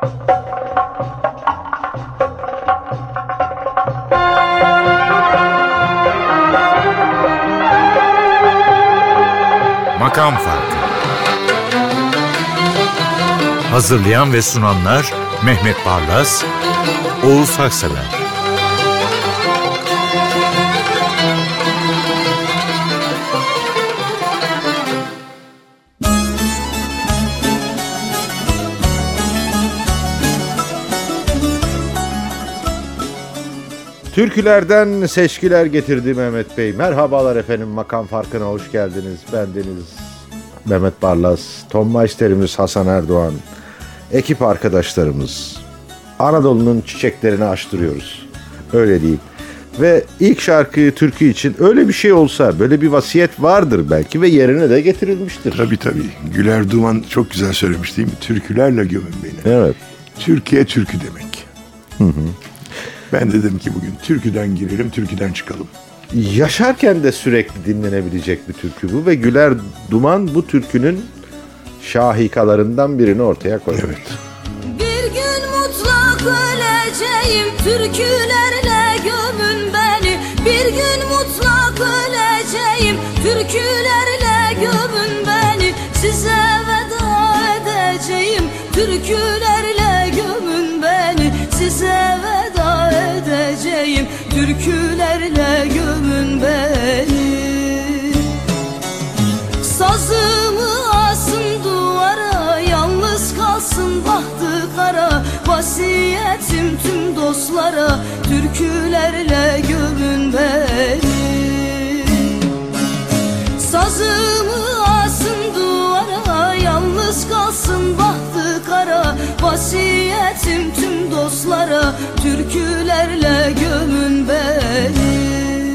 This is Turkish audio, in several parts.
Makam Farkı. Hazırlayan ve sunanlar Mehmet Barlas, Oğuz Haksever. Türkülerden seçkiler getirdi Mehmet Bey. Merhabalar efendim, Makam Farkı'na hoş geldiniz. Bendeniz Mehmet Barlas, Tom Meister'imiz Hasan Erdoğan, ekip arkadaşlarımız. Anadolu'nun çiçeklerini açtırıyoruz. Öyle diyeyim. Ve ilk şarkı türkü için öyle bir şey olsa, böyle bir vasiyet vardır belki ve yerine de getirilmiştir. Tabii. Güler Duman çok güzel söylemiş değil mi? Türkülerle gömün beni. Evet. Türkiye türkü demek. Hı. Ben de dedim ki bugün türküden girelim, türküden çıkalım. Yaşarken de sürekli dinlenebilecek bir türkü bu ve Güler Duman bu türkünün şahikalarından birini ortaya koymuş. Evet. Bir gün mutlak öleceğim, türkülerle gömün beni. Bir gün mutlak öleceğim, türkülerle gömün beni. Size veda edeceğim, türkülerle gömün beni. Size veda edeceğim, türkülerle gömün beni. Sazımı asın duvara, yalnız kalsın bahtı kara. Vasiyetim tüm dostlara, türkülerle gömün beni. Sazımı asın duvara, yalnız kalsın bahtı kara. Vasiyetim tüm dostlara, türkülerle gömün beni.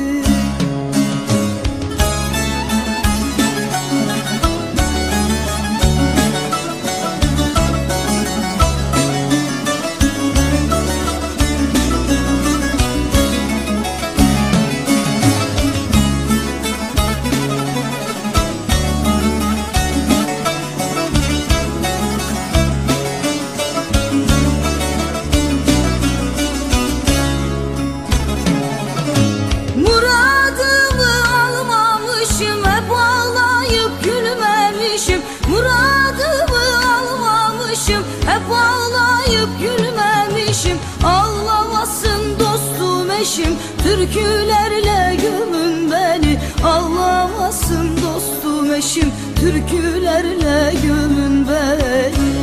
Türkülerle gömün beni, ağlamasın dostum eşim. Türkülerle gömün beni.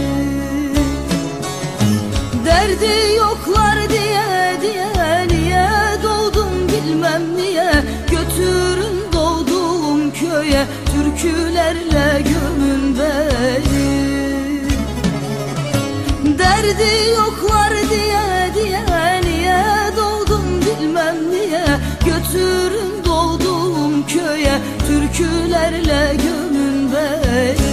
Derdi yoklar diye niye doğdum bilmem niye. Götürün doğduğum köye, türkülerle gömün beni. Derdi yoklar diye niye doğdum bilmem niye. Götürün doğduğum köye, türkülerle gömün beni.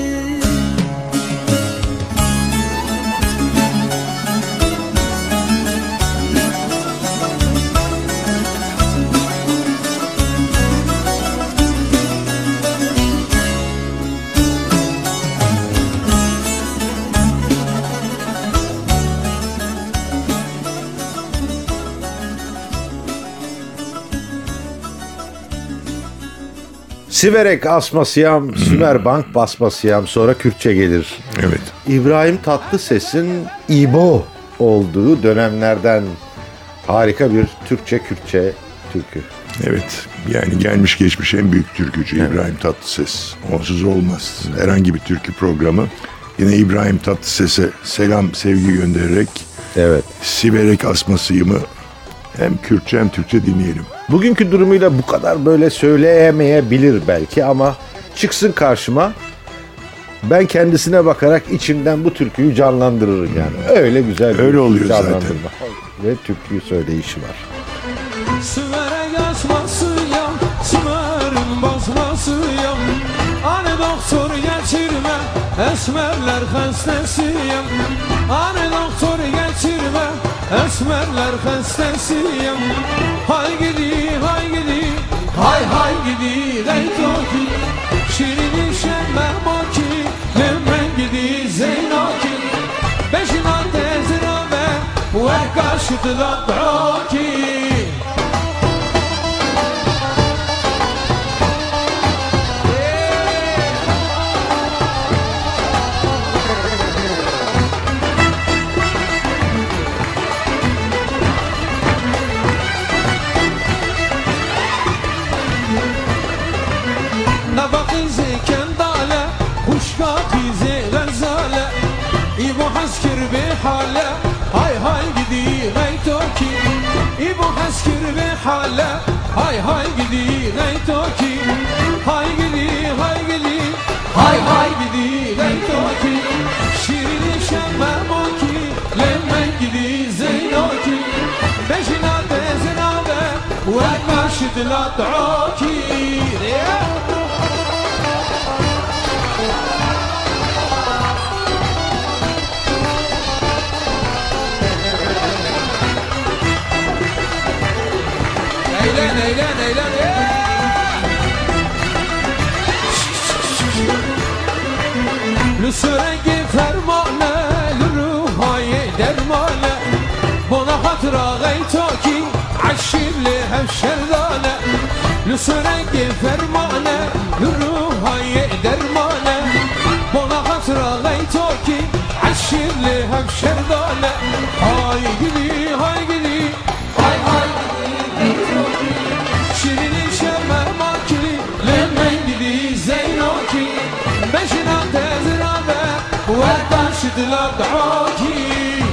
Siverek asmasıyam, Sümerbank basmasıyam, sonra Kürtçe gelir. Evet. İbrahim Tatlıses'in İbo olduğu dönemlerden harika bir Türkçe türkü. Evet. Yani gelmiş geçmiş en büyük türkücü İbrahim Tatlıses. Onsuz olmaz. Herhangi bir türkü programı. Yine İbrahim Tatlıses'e selam, sevgi göndererek Siverek asmasıyımı hem Kürtçe hem Türkçe dinleyelim. Bugünkü durumuyla bu kadar böyle söyleyemeyebilir belki ama çıksın karşıma, ben kendisine bakarak içimden bu türküyü canlandırırım yani. Öyle güzel öyle oluyor zaten. Ve türküyü söyleyişi var. Sümerek asmasıyam, Sümer'in basmasıyam. Hani doktor geçirme, esmerler hastasıyam. Hani doktor geçirme, esmerler hastasıyam. Hay gidi, hay gidi, hay gidi, ey toki. Şirin işemme maki, hemen gidi zeynaki. Beşin karşıdılar Rocky. نبقيزي كندالة وشكاكيزي غزالة إبو حسكر بحالة هاي هاي قدي غيتوكي إبو حسكر بحالة هاي هاي قدي غيتوكي هاي قدي هاي قدي هاي هاي قدي غيتوكي شيريني شماموكي لما قدي زينوكي بجنابة زنابة وكاشد لا تعوكي Eğlen eğlen eğlen Lüsrengi fermane Lüruhaye dermane Buna hatıra gaytoki Aşirli hevşerdane Lüsrengi fermane Lüruhaye dermane Buna hatıra gaytoki Aşirli hevşerdane Hay gidi hay gidi Hay hay Şirini şememaki Lemen gidi zeynoki Beşina tezirabe Ve karşıdılar dağaki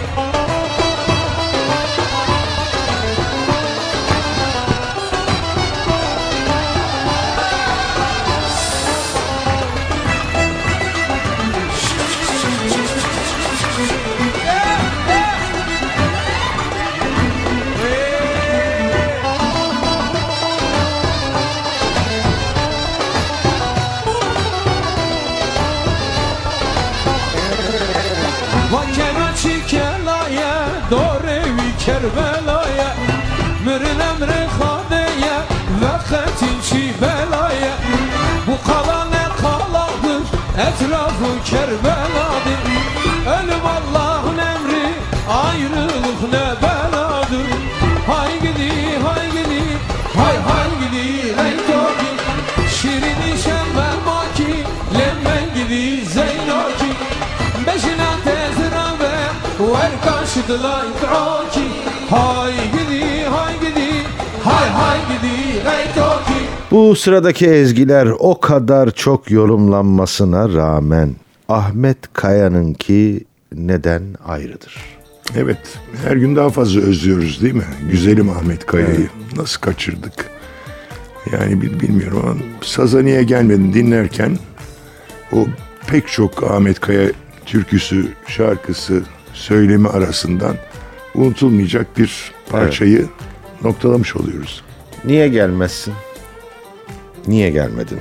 Kerbelaya Mürün emri khadeye Ve khetin çi belaya Bu kala ne kaladır Etrafı Kerbeladır Ölüm Allah'ın emri Ayrılık ne beladır Hay gidi hay gidi Hay hay gidi Reytoki Şirini şembe maki Lemmen gidi Zeynoki Beşina tezirabe Ver karşıdılar idroki Hay gidi hay gidi Hay hay gidi Reytoki. Bu sıradaki ezgiler o kadar çok yorumlanmasına rağmen Ahmet Kaya'nınki neden ayrıdır? Evet, her gün daha fazla özlüyoruz değil mi? Güzelim Ahmet Kaya'yı. Nasıl kaçırdık? Yani bilmiyorum ama Saza Niye Gelmedin dinlerken o pek çok Ahmet Kaya türküsü, şarkısı, söylemi arasından unutulmayacak bir parçayı noktalamış oluyoruz. Niye gelmezsin? Niye gelmedin?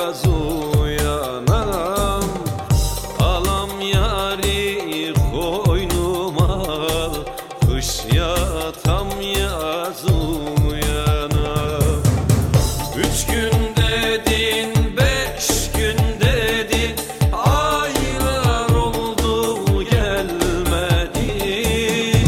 yaz uyanam, alam yari koynuma, kış yatam yaz uyanam. 3 gün dedin, 5 gün dedin, aylar oldu gelmedin.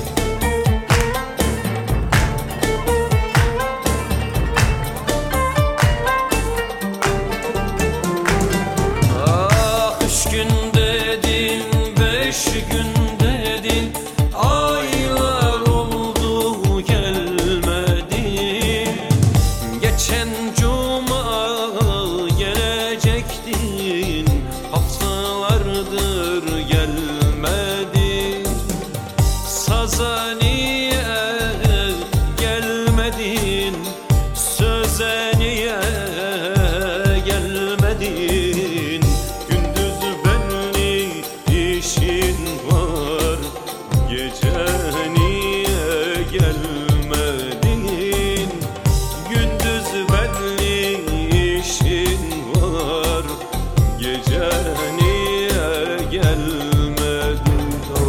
Ah, 3 gün dedin, 5 gün dedin, aylar oldu gelmedin. Geçen cuma gelecektin, haftalardır gelmedin. Saza niye gelmedin, söze niye gelmedin? Gündüz belli işin var, gece niye gelmedin? Gündüz belli işin var, gece niye gelmedin? Oh.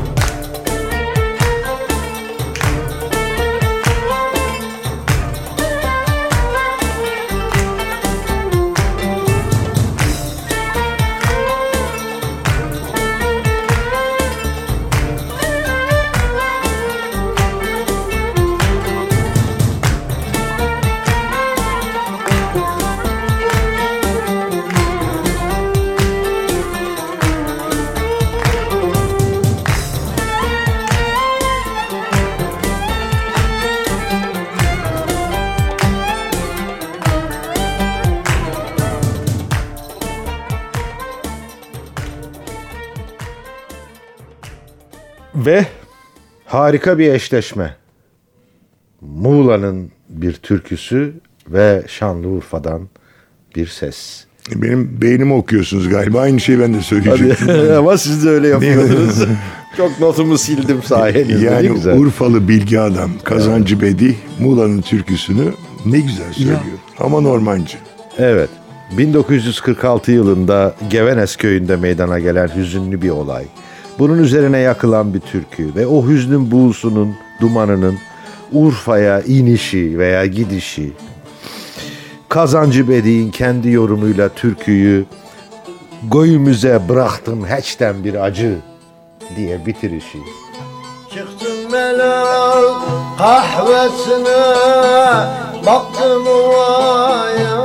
Ve harika bir eşleşme. Muğla'nın bir türküsü ve Şanlıurfa'dan bir ses. Benim beynimi okuyorsunuz galiba. Aynı şeyi ben de söyleyecektim. Ama siz de öyle yapıyordunuz. Çok notumu sildim sayenizde. Yani ne güzel. Urfalı bilgi adam Kazancı Bedi Muğla'nın türküsünü ne güzel söylüyor. Ama Normancı. Evet. 1946 yılında Gevenes köyünde meydana gelen hüzünlü bir olay. Bunun üzerine yakılan bir türkü ve o hüznün buğusunun, dumanının Urfa'ya inişi veya gidişi. Kazancı Bedi'nin kendi yorumuyla türküyü "Göğümüze bıraktım heçten bir acı" diye bitirişi. Çıktım Melal kahvesine, baktım ovaya,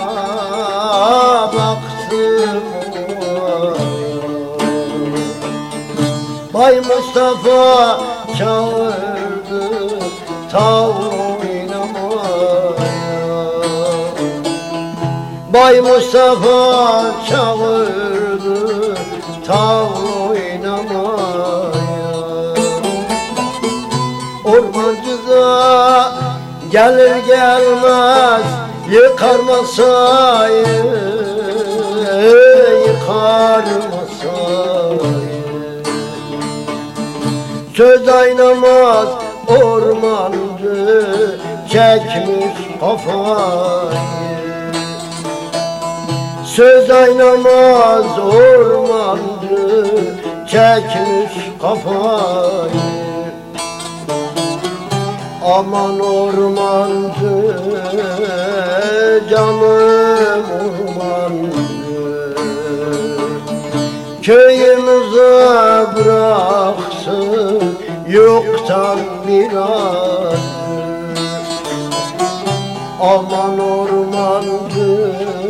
baktım ovaya. Bay Mustafa çağırdı tav oynamaya. Bay Mustafa çağırdı tav oynamaya. Ormancıda gelir gelmez yıkar masayı, yıkar masayı. Söz aynamaz ormancı, çekmiş kafayı. Söz aynamaz ormancı, çekmiş kafayı. Aman ormancı, canım ormancı, köyümüze bıraksın yoktan bir acı. Aman ormancı,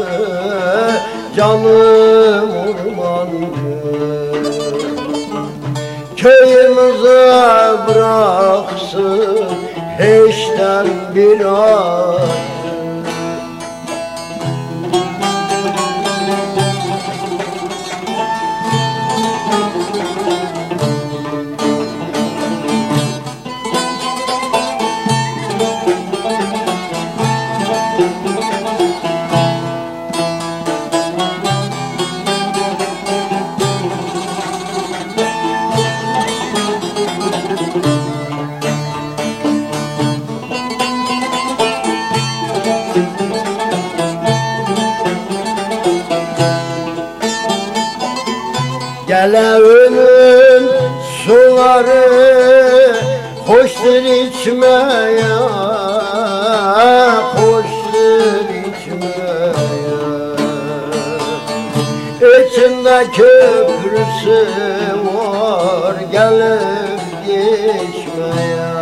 canım ormancı, köyümüze bıraksın hiçten bir acı. Eleğinin suları hoştur içmeye, hoştur içmeye. İçinde köprüsü var gelip geçmeye.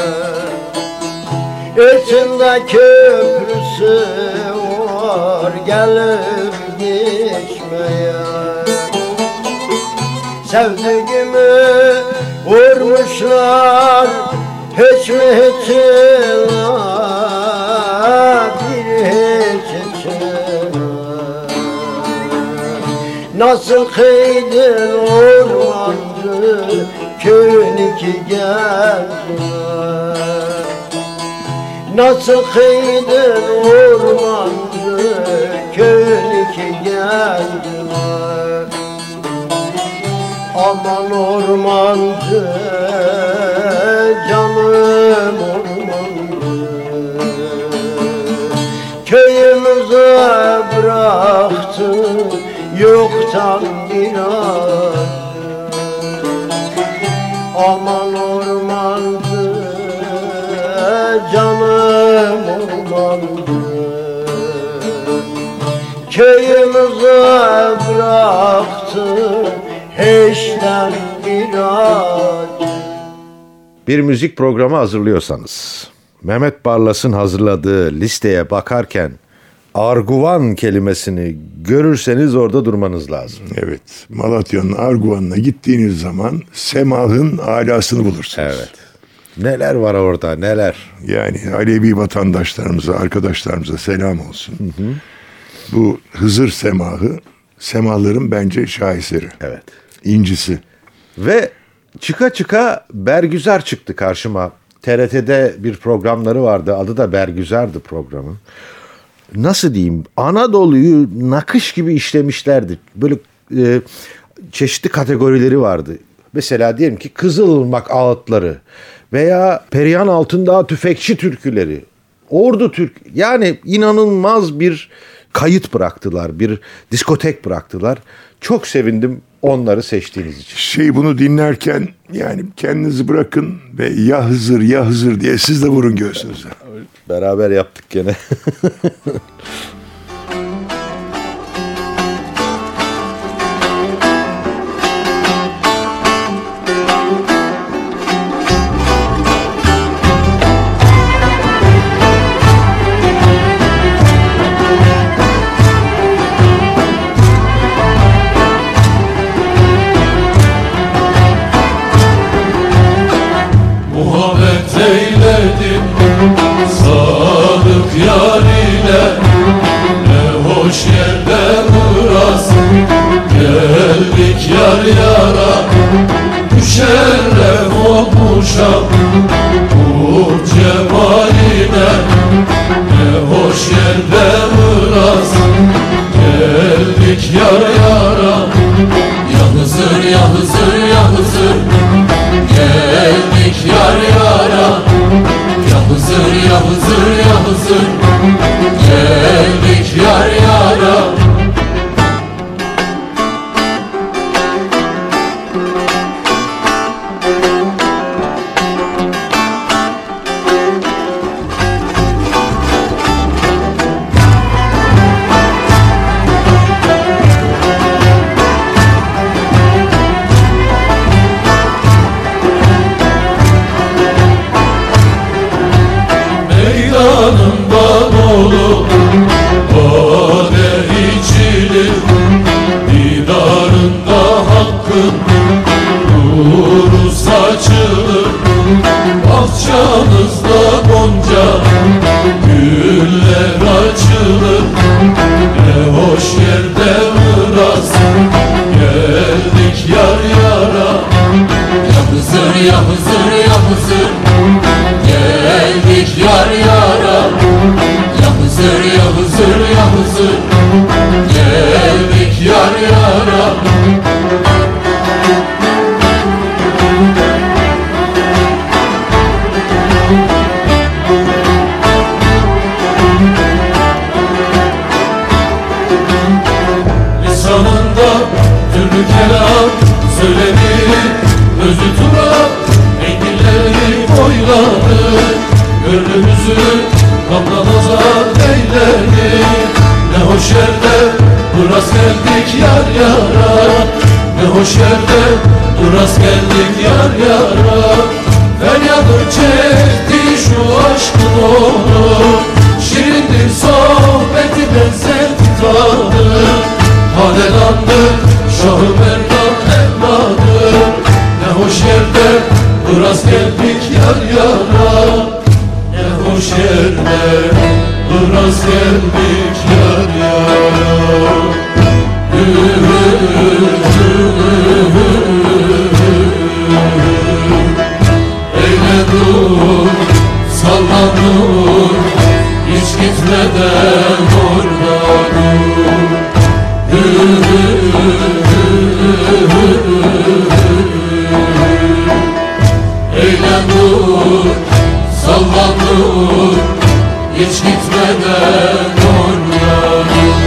İçinde köprüsü var gelip geçmeye. Sevdiğimi vurmuşlar hiç mi hiçine, bir hiç içine. Nasıl kıydın ormancı köyün iki geldine. Nasıl kıydın ormancı köyün iki geldine. Aman ormancı, canım ormancı, köyümüze bıraktın yoktan bir acı. Aman ormancı, canım ormancı, köyümüze bıraktın hiçten bir acı. Bir müzik programı hazırlıyorsanız, Mehmet Barlas'ın hazırladığı listeye bakarken Arguvan kelimesini görürseniz orada durmanız lazım. Evet, Malatya'nın Arguvan'ına gittiğiniz zaman semahın alasını bulursunuz. Evet. Neler var orada, neler. Yani Alevi vatandaşlarımıza, arkadaşlarımıza selam olsun. Bu Hızır semahı, semahların bence şaheseri. Evet. İncisi. Ve çıka çıka Bergüzar çıktı karşıma. TRT'de bir programları vardı. Adı da Bergüzar'dı programın. Nasıl diyeyim? Anadolu'yu nakış gibi işlemişlerdi. Böyle çeşitli kategorileri vardı. Mesela diyelim ki Kızılırmak ağıtları veya Perihan Altındağ tüfekçi türküleri, Ordu Türk, yani inanılmaz bir kayıt bıraktılar, bir diskotek bıraktılar. Çok sevindim onları seçtiğiniz için. Bunu dinlerken yani kendinizi bırakın ve ya Hızır ya Hızır diye siz de vurun göğsünüze. Beraber yaptık gene. Muhabbet eyledim sadık yar ile, ne hoş yerde burası, geldik yar yara, müşerref olmuşam bu cemaline, ne hoş yerde burası, geldik yar yara. Ya Hızır ya Hızır ya Hızır, geldik yar yara. Ya Hızır ya Hızır ya Hızır, geldik yar yara. Meydanında dolu bade içilir, didarında hakkın nuru saçılır. Bahçanızda gonca güller açılır, ne hoş yerde burası, geldik yar yara. Ya Hızır ya Hızır ya Hızır, geldik yar yara. Ya Hızır ya Hızır ya Hızır, geldik yar yara. Lisanında türlü kelam söylenir özü turap enginleri boyladı gönlümüzü gamdan azat eylenir ne hoş yerde duras geldik yar yara ne hoş yerde duras geldik yar yara feryadı çekti şu aşkın onu şirindir sohbeti benzer tadı hanedandır Şah-ı Merdan evladı ne hoş yerde duras geldik yar yara ne hoş yerde duras geldik yar yara Eyle dur, sallan dur hiç gitmeden orada dur Eyle dur, sallan dur hiç gitmeden orada dur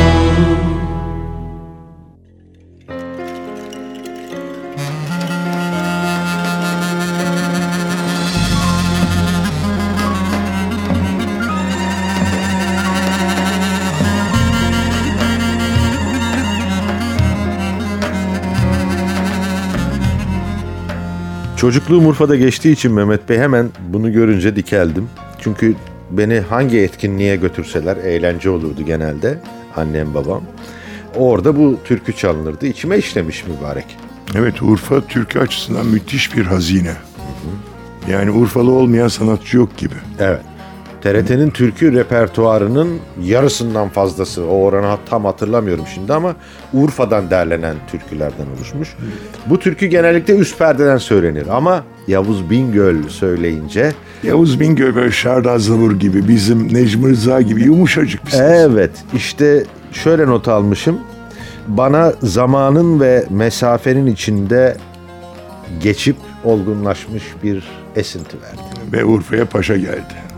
Çocukluğum Urfa'da geçtiği için Mehmet Bey hemen bunu görünce dikeldim. Çünkü beni hangi etkinliğe götürseler eğlence olurdu genelde annem babam. Orada bu türkü çalınırdı. İçime işlemiş mübarek. Evet, Urfa türkü açısından müthiş bir hazine. Yani Urfalı olmayan sanatçı yok gibi. Evet. TRT'nin türkü repertuarının yarısından fazlası, o oranı tam hatırlamıyorum şimdi ama Urfa'dan derlenen türkülerden oluşmuş. Bu türkü genellikle üst perdeden söylenir ama Yavuz Bingöl söyleyince... Yavuz Bingöl böyle Şarda Zavur gibi, bizim Necmi Rıza gibi yumuşacık bir ses. Evet, işte şöyle not almışım. Bana zamanın ve mesafenin içinde geçip olgunlaşmış bir esinti verdi. Ve Urfa'ya paşa geldi.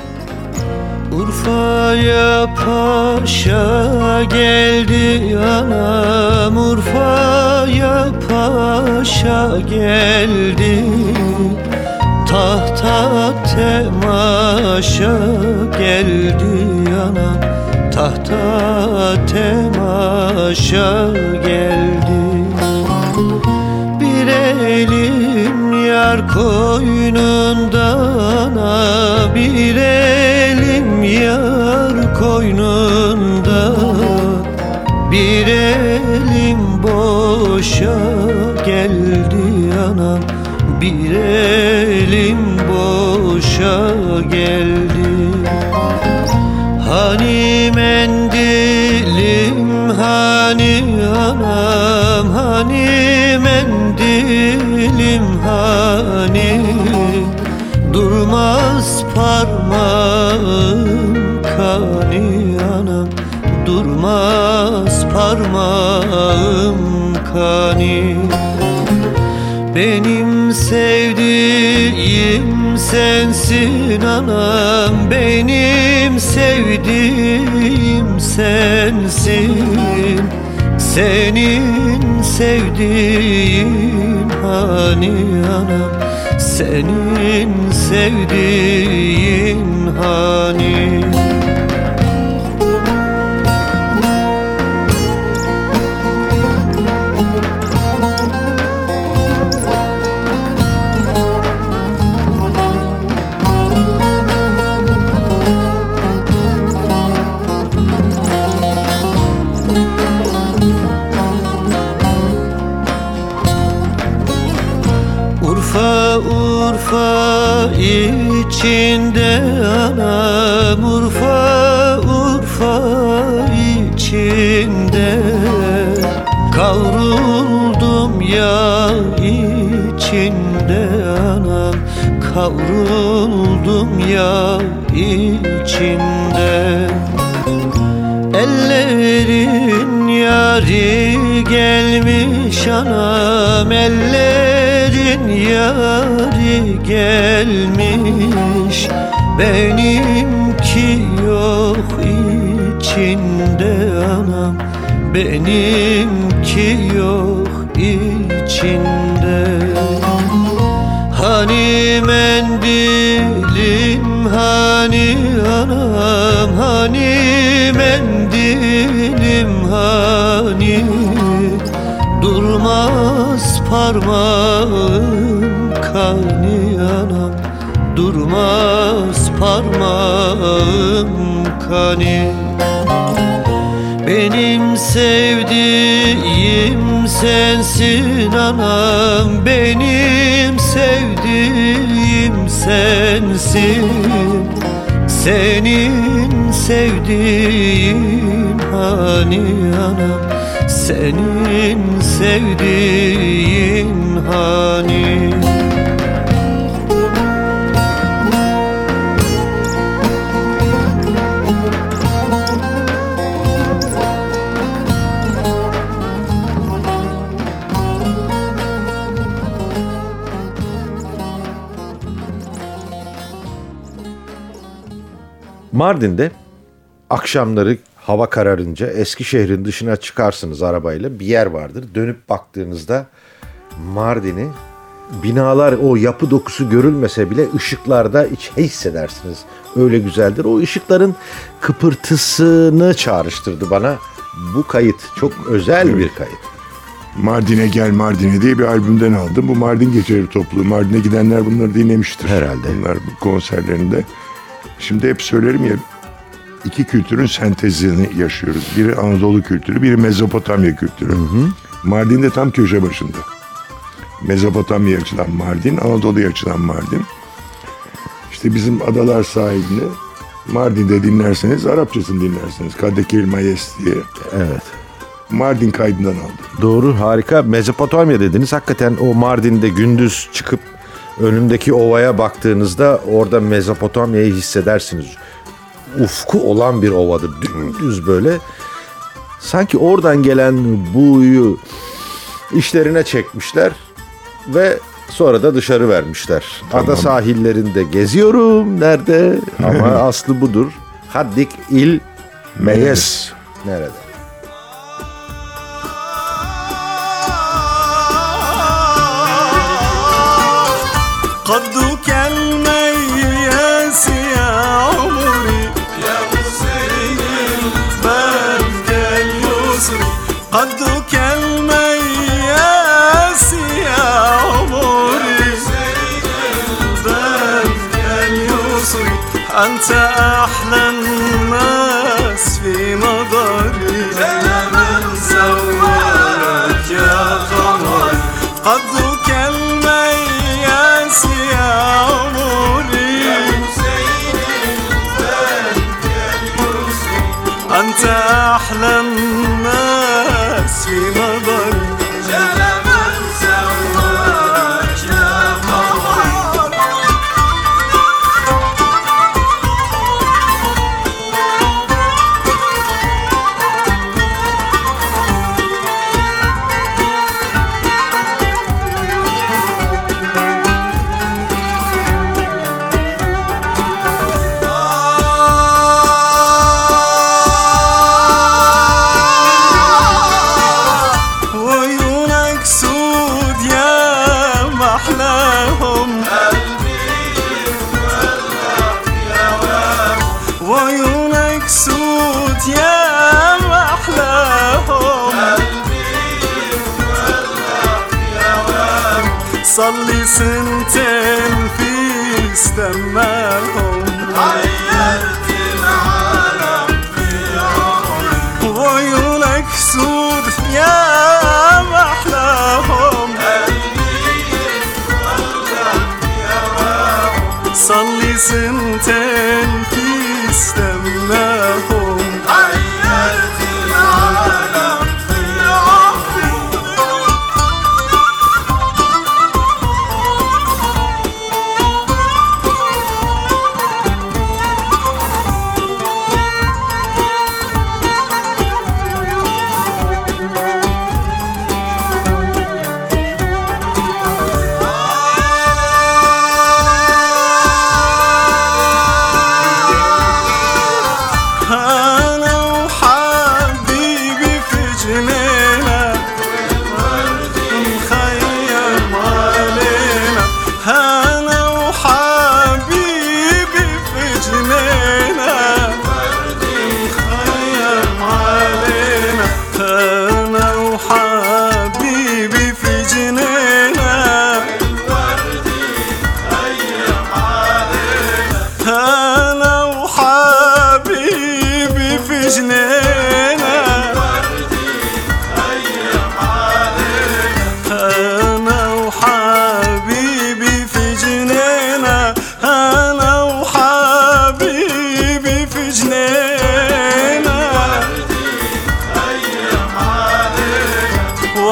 Urfa'ya paşa geldi anam, Urfa'ya paşa geldi. Tahta temaşa geldi anam, tahta temaşa geldi. Bir elim yar koynunda ana, bir elim yar koynunda, bir elim boşa geldi anam, bir elim boşa geldi. Hani mendilim hani anam, hani mendilim hani, durmaz parmağım kani anam, durmaz parmağım kani. Benim sevdiğim sensin anam, benim sevdiğim sensin. Senin sevdiğin hani anam, senin sevdiğin hani. Urfa içinde anam, Urfa içinde, kavruldum ya içinde anam, kavruldum ya içinde. Ellerin yari gelmiş anam, ellerin yari gelmiş. Benimki yok içinde anam, benimki yok içinde. Hani mendilim, hani anam, hani mendilim, hani durmaz parmağım kani anam, durmaz parmağım kani. Benim sevdiğim sensin anam, benim sevdiğim sensin. Senin sevdiğin hani anam, senin sevdiğin hani. Mardin'de akşamları hava kararınca Eskişehir'in dışına çıkarsınız arabayla, bir yer vardır. Dönüp baktığınızda Mardin'i, binalar, o yapı dokusu görülmese bile ışıklarda hissedersiniz. Öyle güzeldir. O ışıkların kıpırtısını çağrıştırdı bana. Bu kayıt çok özel bir kayıt. Mardin'e Gel Mardin'e diye bir albümden aldım. Bu Mardin Geceleri topluluğu. Mardin'e gidenler bunları dinlemiştir. Herhalde. Bunlar konserlerinde. Şimdi hep söylerim ya, iki kültürün sentezini yaşıyoruz. Biri Anadolu kültürü, biri Mezopotamya kültürü. Mardin'de tam köşe başında. Mezopotamya'ya açılan Mardin, Anadolu'ya açılan Mardin. İşte bizim adalar sahilini Mardin'de dinlerseniz, Arapçasını dinlerseniz. Kadekil Mayes diye. Evet. Mardin kaydından aldım. Doğru, harika. Mezopotamya dediniz. Hakikaten o Mardin'de gündüz çıkıp önündeki ovaya baktığınızda orada Mezopotamya'yı hissedersiniz. Ufku olan bir ovadır. Dümdüz böyle. Sanki oradan gelen buğuyu işlerine çekmişler ve sonra da dışarı vermişler. Tamam. Ada sahillerinde geziyorum. Nerede? Ama aslı budur. Haddik il Meyes. Nerede? قدك المياس يا عمري يا حسين الباب اليسر قدك المياس يا عمري الباب اليسر أنت أحلى الناس في نظري يا من سواك يا قمر قدك يا عمري يا حسين الباب اليسر أنت أحلى الناس في نظري يا من سواك يا قمر وعيونك سود يا محلاهم صلي سنتين في استماهم غيرت العالم في عمري وعيونك سود يا محلاهم صلي سنتين في استماهم غيرت العالم في عمري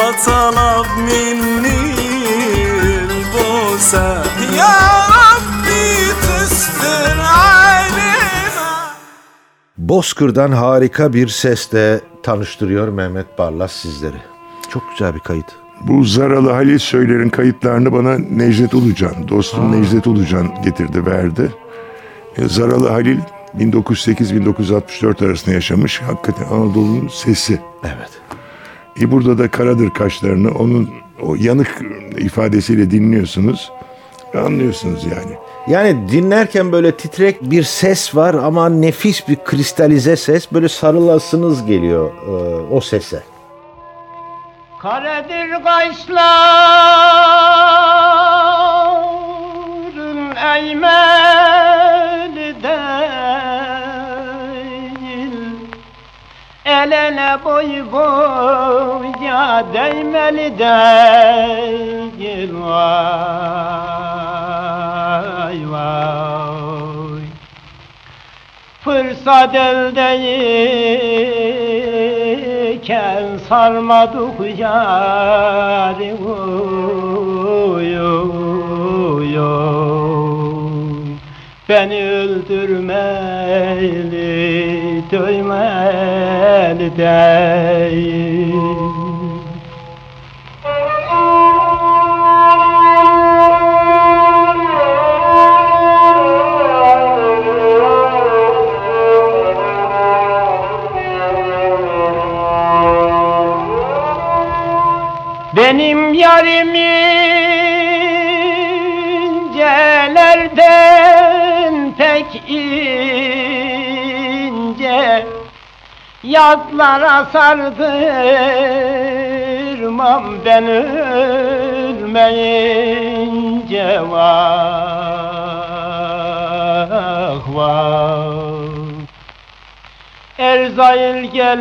طلب مني البوسة يا ربي تستر علينا. Bozkır'dan harika bir sesle tanıştırıyor Mehmet Barlas sizleri. Çok güzel bir kayıt. Bu Zaralı Halil Söyler'in kayıtlarını bana Necdet Ulucan, dostum Necdet Ulucan getirdi, verdi. Zaralı Halil 1908-1964 arasında yaşamış. Hakikaten Anadolu'nun sesi. Evet. Burada da Karadır Kaşlarını onun o yanık ifadesiyle dinliyorsunuz. Anlıyorsunuz yani. Yani dinlerken böyle titrek bir ses var ama nefis bir kristalize ses. Böyle sarılasınız geliyor o sese. Karadır kaşların eğmeli değil, el ele boy boya değmeli değil. Vay vay, fırsat eldeyken sarmadık yâri. Oy oy oy, beni öldürmeli, dövmeli değil. Benim yarim incelerden pek ince, yazlara sardırmam ben ölmeyince. Vah vah, Erzail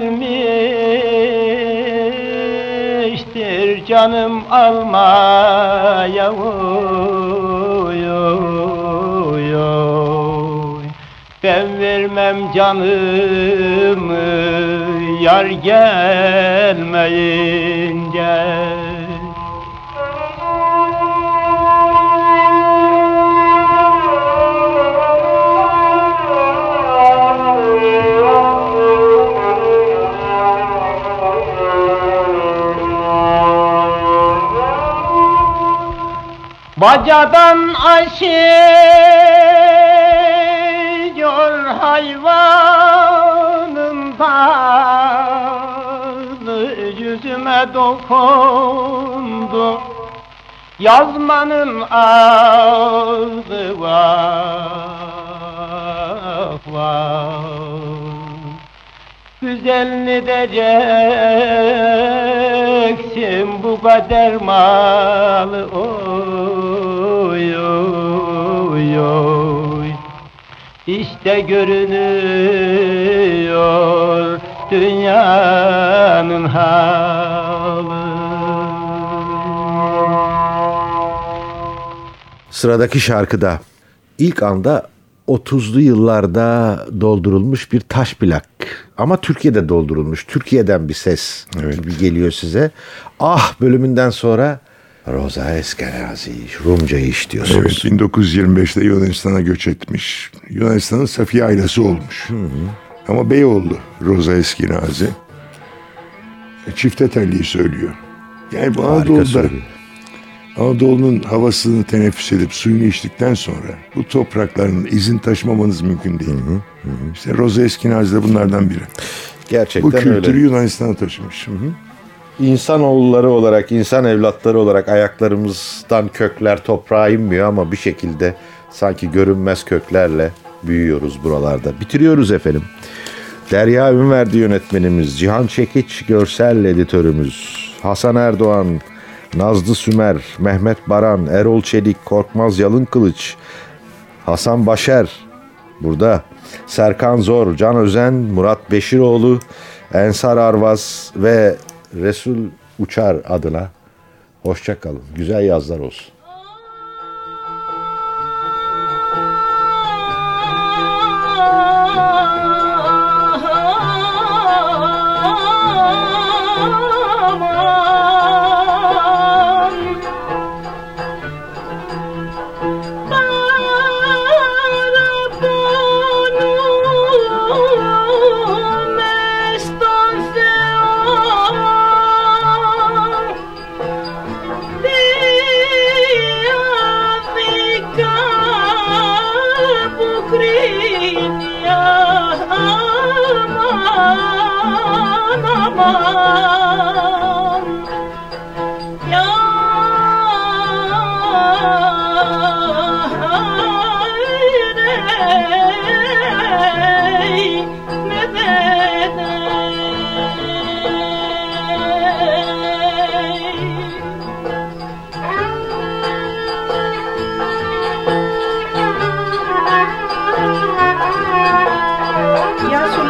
gelmiştir canım almaya. Oy oy oy, ben vermem canımı yar gelmeyince. Bacadan aşıyor hayvanın talı, yüzüme dokundu yazmanın ağzı. Vah vah, güzel ne diyeceksin bu kader malı. Oy oy oy, İşte görünüyor dünyanın halı. Sıradaki şarkıda ilk anda 30'lu yıllarda doldurulmuş bir taş plak. Ama Türkiye'de doldurulmuş. Türkiye'den bir ses gibi geliyor size. Ah bölümünden sonra Roza Eskenazi, Rumca'yı işliyorsunuz. Evet, 1925'te Yunanistan'a göç etmiş. Yunanistan'ın Safiye ailesi olmuş. Ama Beyoğlu Roza Eskenazi. Çifte telliyi söylüyor. Yani bu Anadolu'nun havasını teneffüs edip suyunu içtikten sonra bu toprakların izin taşımamanız mümkün değil. İşte Roza Eskenazi de bunlardan biri. Gerçekten bu kültürü öyle. Yunanistan'a taşımış. İnsanoğulları olarak, insan evlatları olarak ayaklarımızdan kökler toprağa inmiyor ama bir şekilde sanki görünmez köklerle büyüyoruz buralarda. Bitiriyoruz efendim. Derya Ünverdi yönetmenimiz, Cihan Çekiç görsel editörümüz, Hasan Erdoğan, Nazlı Sümer, Mehmet Baran, Erol Çelik, Korkmaz Yalınkılıç, Hasan Başer burada, Serkan Zor, Can Özen, Murat Beşiroğlu, Ensar Arvaz ve Resul Uçar adına hoşça kalın. Güzel yazlar olsun.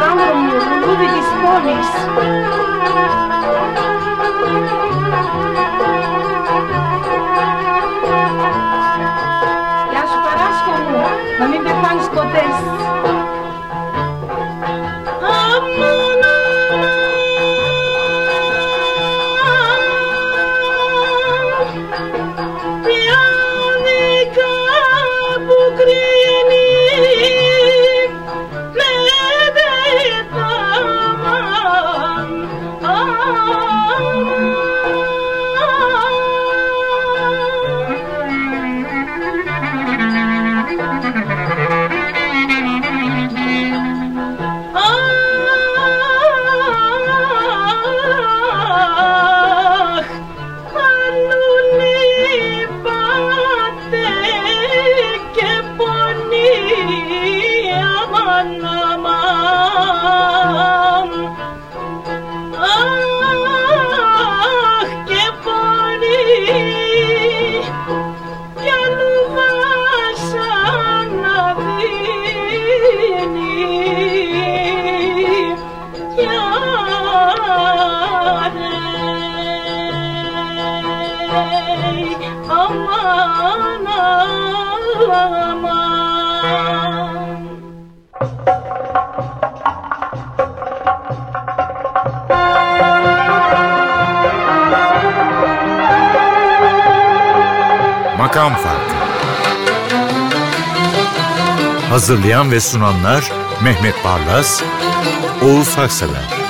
Alessandro non vi disponis. Γεια σου Παράσκο μου, να μην πεθάνεις ποτέ. Makam Farkı. Hazırlayan ve sunanlar Mehmet Barlas, Oğuz Haksever.